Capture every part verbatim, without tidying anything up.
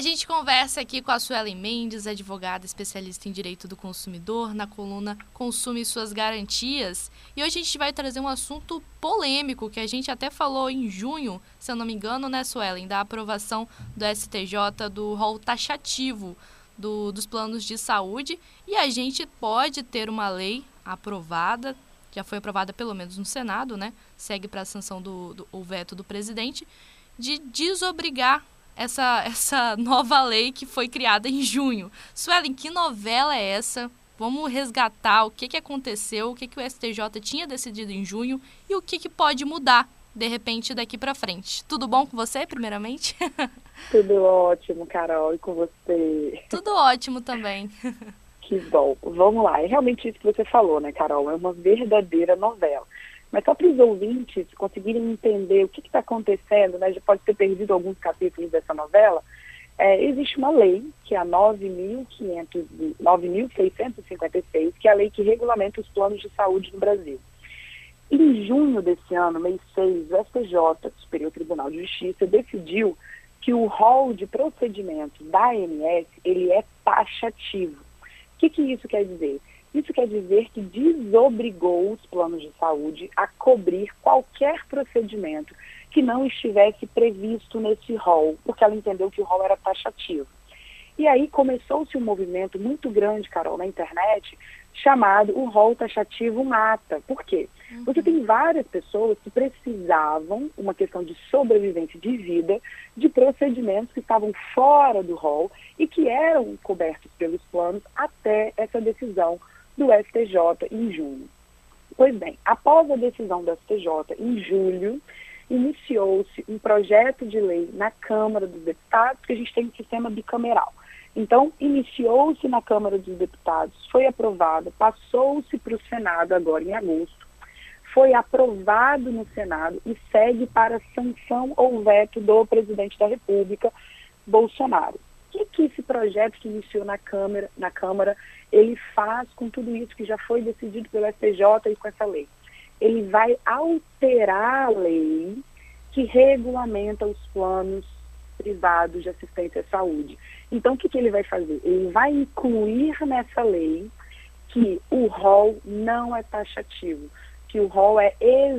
gente conversa aqui com a Suelen Mendes, advogada especialista em direito do consumidor, na coluna Consume Suas Garantias. E hoje a gente vai trazer um assunto polêmico, que a gente até falou em junho, se eu não me engano, né, Suelen, da aprovação do S T J do rol taxativo do, dos planos de saúde. E a gente pode ter uma lei aprovada, já foi aprovada pelo menos no Senado, né? Segue para a sanção do, do o veto do presidente, de desobrigar essa, essa nova lei que foi criada em junho. Suelen, que novela é essa? Vamos resgatar o que, que aconteceu, o que, que o S T J tinha decidido em junho e o que, que pode mudar, de repente, daqui para frente. Tudo bom com você, primeiramente? Tudo ótimo, Carol, e com você? Tudo ótimo também. Que bom. Vamos lá. É realmente isso que você falou, né, Carol? É uma verdadeira novela. Mas só para os ouvintes conseguirem entender o que está acontecendo, né, já pode ter perdido alguns capítulos dessa novela, é, existe uma lei, que é a nove mil seiscentos e cinquenta e seis, que é a lei que regulamenta os planos de saúde no Brasil. Em junho desse ano, mês seis, o S T J, Superior Tribunal de Justiça, decidiu que o rol de procedimentos da A N S, ele é taxativo. O que, que isso quer dizer? Isso quer dizer que desobrigou os planos de saúde a cobrir qualquer procedimento que não estivesse previsto nesse rol, porque ela entendeu que o rol era taxativo. E aí começou-se um movimento muito grande, Carol, na internet, chamado o rol taxativo mata. Por quê? Uhum. Porque tem várias pessoas que precisavam, uma questão de sobrevivência de vida, de procedimentos que estavam fora do rol e que eram cobertos pelos planos até essa decisão do S T J em junho. Pois bem, após a decisão do S T J em julho, iniciou-se um projeto de lei na Câmara dos Deputados, porque a gente tem um sistema bicameral. Então, iniciou-se na Câmara dos Deputados, foi aprovada, passou-se para o Senado agora em agosto, foi aprovado no Senado e segue para sanção ou veto do presidente da República, Bolsonaro. O que, que esse projeto que iniciou na Câmara, na Câmara, ele faz com tudo isso que já foi decidido pelo S T J e com essa lei? Ele vai alterar a lei que regulamenta os planos privados de assistência à saúde. Então, o que, que ele vai fazer? Ele vai incluir nessa lei que o rol não é taxativo, que o rol é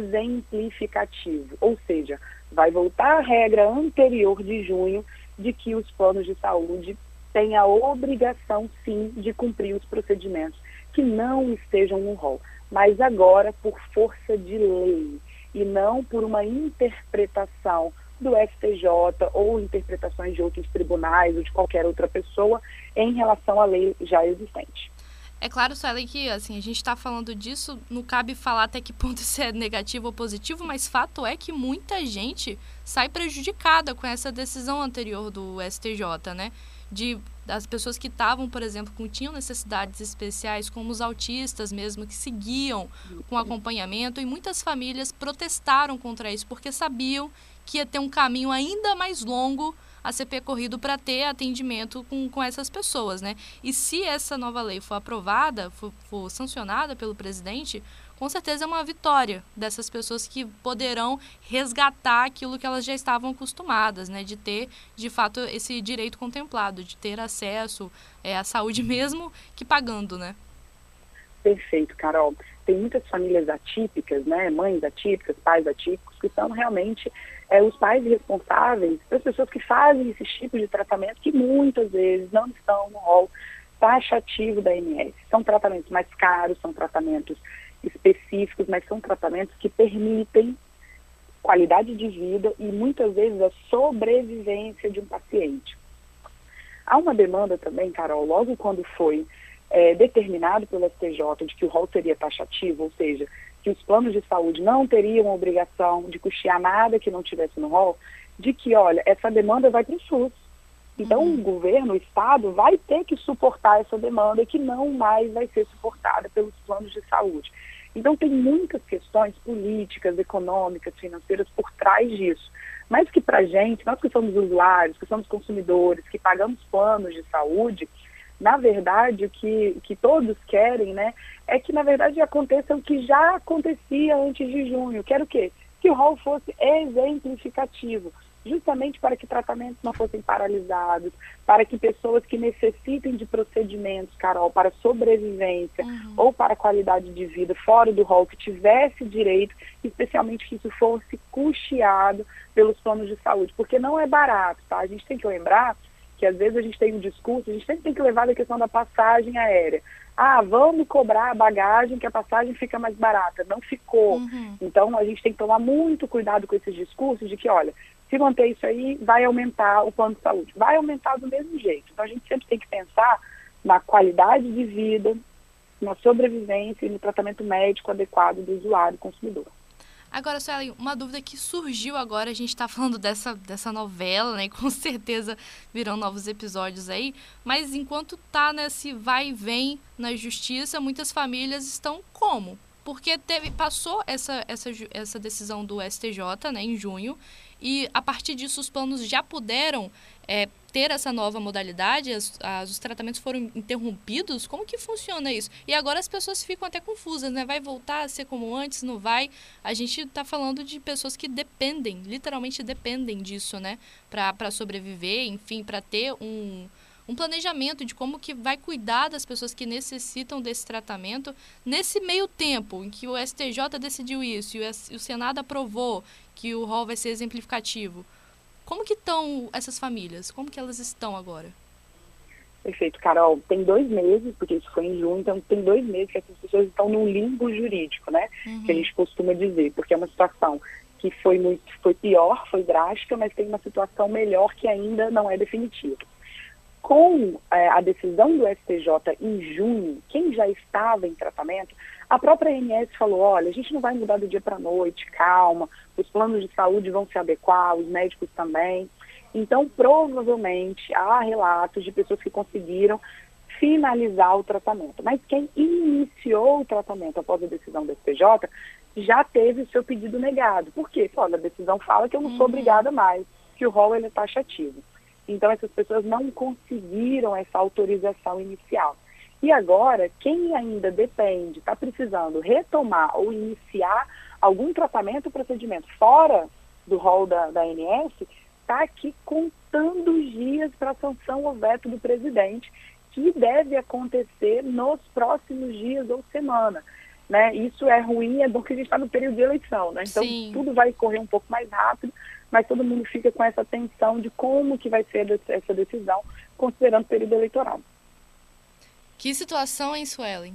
exemplificativo, ou seja, vai voltar à regra anterior de junho de que os planos de saúde têm a obrigação, sim, de cumprir os procedimentos que não estejam no rol, mas agora por força de lei e não por uma interpretação do S T J ou interpretações de outros tribunais ou de qualquer outra pessoa em relação à lei já existente. É claro, Suelen, que assim, a gente está falando disso, não cabe falar até que ponto isso é negativo ou positivo, mas fato é que muita gente sai prejudicada com essa decisão anterior do S T J, né? De, das pessoas que estavam, por exemplo, que tinham necessidades especiais, como os autistas mesmo, que seguiam com acompanhamento, e muitas famílias protestaram contra isso, porque sabiam que ia ter um caminho ainda mais longo a ser percorrido para ter atendimento com, com essas pessoas, né? E se essa nova lei for aprovada, for, for sancionada pelo presidente, com certeza é uma vitória dessas pessoas que poderão resgatar aquilo que elas já estavam acostumadas, né? De ter, de fato, esse direito contemplado, de ter acesso é, à saúde mesmo que pagando, né? Perfeito, Carol. Tem muitas famílias atípicas, né? Mães atípicas, pais atípicos, que são realmente é, os pais responsáveis pelas pessoas que fazem esses tipos de tratamento que muitas vezes não estão no rol taxativo da A N S. São tratamentos mais caros, são tratamentos específicos, mas são tratamentos que permitem qualidade de vida e muitas vezes a sobrevivência de um paciente. Há uma demanda também, Carol, logo quando foi é, determinado pelo S T J de que o rol seria taxativo, ou seja, que os planos de saúde não teriam a obrigação de custear nada que não tivesse no rol, de que, olha, essa demanda vai para o SUS. Então, uhum. o governo, o Estado, vai ter que suportar essa demanda que não mais vai ser suportada pelos planos de saúde. Então, tem muitas questões políticas, econômicas, financeiras por trás disso. Mas que para a gente, nós que somos usuários, que somos consumidores, que pagamos planos de saúde, na verdade, o que, que todos querem, né, é que, na verdade, aconteça o que já acontecia antes de junho, que era o quê? Que o rol fosse exemplificativo. justamente para que tratamentos não fossem paralisados, para que pessoas que necessitem de procedimentos, Carol, para sobrevivência uhum. ou para qualidade de vida fora do rol, que tivesse direito, especialmente que isso fosse custeado pelos planos de saúde, porque não é barato, tá? A gente tem que lembrar que às vezes a gente tem um discurso, a gente sempre tem que levar a questão da passagem aérea. Ah, vamos cobrar a bagagem que a passagem fica mais barata. Não ficou. Uhum. Então, a gente tem que tomar muito cuidado com esses discursos de que, olha, se manter isso aí, vai aumentar o plano de saúde. Vai aumentar do mesmo jeito. Então, a gente sempre tem que pensar na qualidade de vida, na sobrevivência e no tratamento médico adequado do usuário e consumidor. Agora, Suelen, uma dúvida que surgiu agora, a gente está falando dessa, dessa novela, né? Com certeza virão novos episódios aí, mas enquanto tá nesse vai e vem na justiça, muitas famílias estão como? Porque teve, passou essa, essa, essa decisão do S T J, né, em junho, e a partir disso os planos já puderam é, ter essa nova modalidade, as, as, os tratamentos foram interrompidos? Como que funciona isso? E agora as pessoas ficam até confusas, né? Vai voltar a ser como antes, não vai? A gente está falando de pessoas que dependem, literalmente dependem disso, né? Para sobreviver, enfim, para ter um... um planejamento de como que vai cuidar das pessoas que necessitam desse tratamento nesse meio tempo em que o S T J decidiu isso e o Senado aprovou que o rol vai ser exemplificativo. Como que estão essas famílias? Como que elas estão agora? Perfeito, Carol. Tem dois meses, porque isso foi em junho, então tem dois meses que essas pessoas estão num limbo jurídico, né? Uhum. Que a gente costuma dizer, porque é uma situação que foi, muito, foi pior, foi drástica, mas tem uma situação melhor que ainda não é definitiva. Com é, a decisão do S T J em junho, quem já estava em tratamento, a própria A N S falou, olha, a gente não vai mudar do dia para a noite, calma, os planos de saúde vão se adequar, os médicos também. Então, provavelmente, há relatos de pessoas que conseguiram finalizar o tratamento. Mas quem iniciou o tratamento após a decisão do S T J já teve o seu pedido negado. Por quê? Olha, a decisão fala que eu não sou obrigada mais, que o rol ele é taxativo. Então, essas pessoas não conseguiram essa autorização inicial. E agora, quem ainda depende, está precisando retomar ou iniciar algum tratamento ou procedimento fora do rol da, da A N S, está aqui contando os dias para a sanção ou veto do presidente, que deve acontecer nos próximos dias ou semana. Né? Isso é ruim, é bom que a gente está no período de eleição, né? Então, Sim. tudo vai correr um pouco mais rápido, mas todo mundo fica com essa tensão de como que vai ser essa decisão, considerando o período eleitoral. Que situação, hein, Suelen?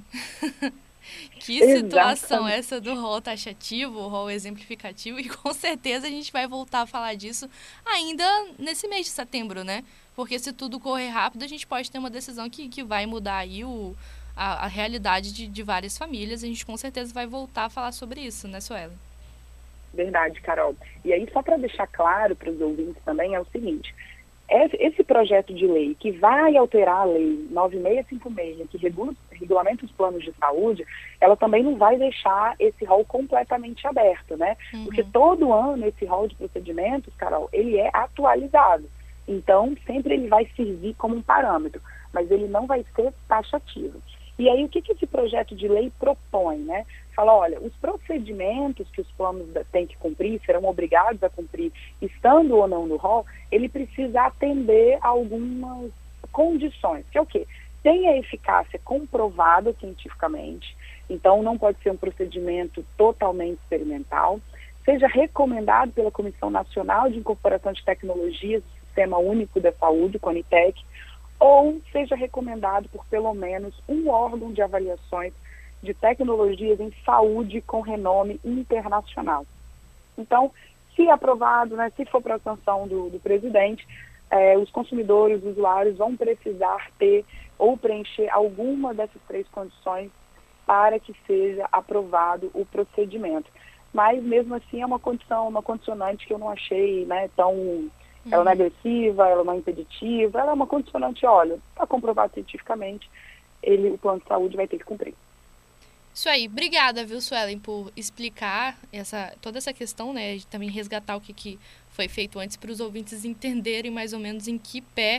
Que situação Exatamente. Essa do rol taxativo, o rol exemplificativo, e com certeza a gente vai voltar a falar disso ainda nesse mês de setembro, né? Porque se tudo correr rápido, a gente pode ter uma decisão que, que vai mudar aí o, a, a realidade de, de várias famílias, a gente com certeza vai voltar a falar sobre isso, né, Suelen? Verdade, Carol. E aí, só para deixar claro para os ouvintes também, é o seguinte, esse projeto de lei que vai alterar a lei nove mil seiscentos e cinquenta e seis, que regula, regulamenta os planos de saúde, ela também não vai deixar esse rol completamente aberto, né? Uhum. Porque todo ano esse rol de procedimentos, Carol, ele é atualizado. Então, sempre ele vai servir como um parâmetro, mas ele não vai ser taxativo. E aí, o que, que esse projeto de lei propõe, né? Fala, olha, os procedimentos que os planos têm que cumprir, serão obrigados a cumprir, estando ou não no rol, ele precisa atender a algumas condições, que é o quê? Tem a eficácia comprovada cientificamente, então não pode ser um procedimento totalmente experimental, seja recomendado pela Comissão Nacional de Incorporação de Tecnologias do Sistema Único da Saúde, CONITEC, ou seja recomendado por pelo menos um órgão de avaliações de tecnologias em saúde com renome internacional. Então, se aprovado, né, se for para a sanção do, do presidente, eh, os consumidores, os usuários vão precisar ter ou preencher alguma dessas três condições para que seja aprovado o procedimento. Mas, mesmo assim, é uma condição, uma condicionante que eu não achei, né, tão... Ela não é agressiva, ela não é impeditiva, ela é uma condicionante, olha, está comprovado cientificamente, ele, o plano de saúde vai ter que cumprir. Isso aí. Obrigada, viu, Suelen, por explicar essa, toda essa questão, né, de também resgatar o que, que foi feito antes para os ouvintes entenderem mais ou menos em que pé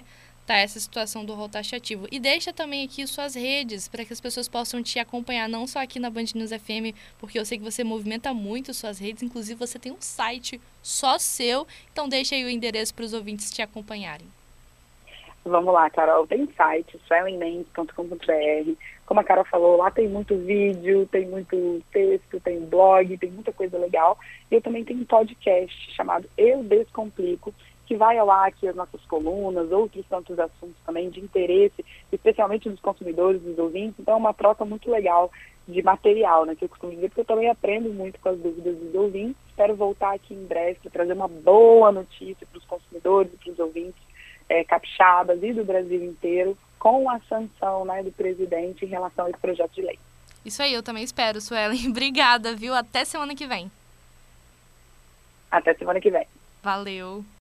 tá essa situação do rol taxativo. E deixa também aqui suas redes, para que as pessoas possam te acompanhar, não só aqui na Band News F M, porque eu sei que você movimenta muito suas redes, inclusive você tem um site só seu, então deixa aí o endereço para os ouvintes te acompanharem. Vamos lá, Carol, tem site, suelen mendes ponto com ponto b r. Como a Carol falou, lá tem muito vídeo, tem muito texto, tem blog, tem muita coisa legal. E eu também tenho um podcast chamado Eu Descomplico, que vai ao ar aqui as nossas colunas, outros tantos assuntos também de interesse, especialmente dos consumidores, dos ouvintes. Então é uma troca muito legal de material, né, que eu costumo dizer, porque eu também aprendo muito com as dúvidas dos ouvintes. Espero voltar aqui em breve para trazer uma boa notícia para os consumidores e para os ouvintes é, capixabas e do Brasil inteiro, com a sanção, né, do presidente em relação a esse projeto de lei. Isso aí, eu também espero, Suelen. Obrigada, viu? Até semana que vem. Até semana que vem. Valeu.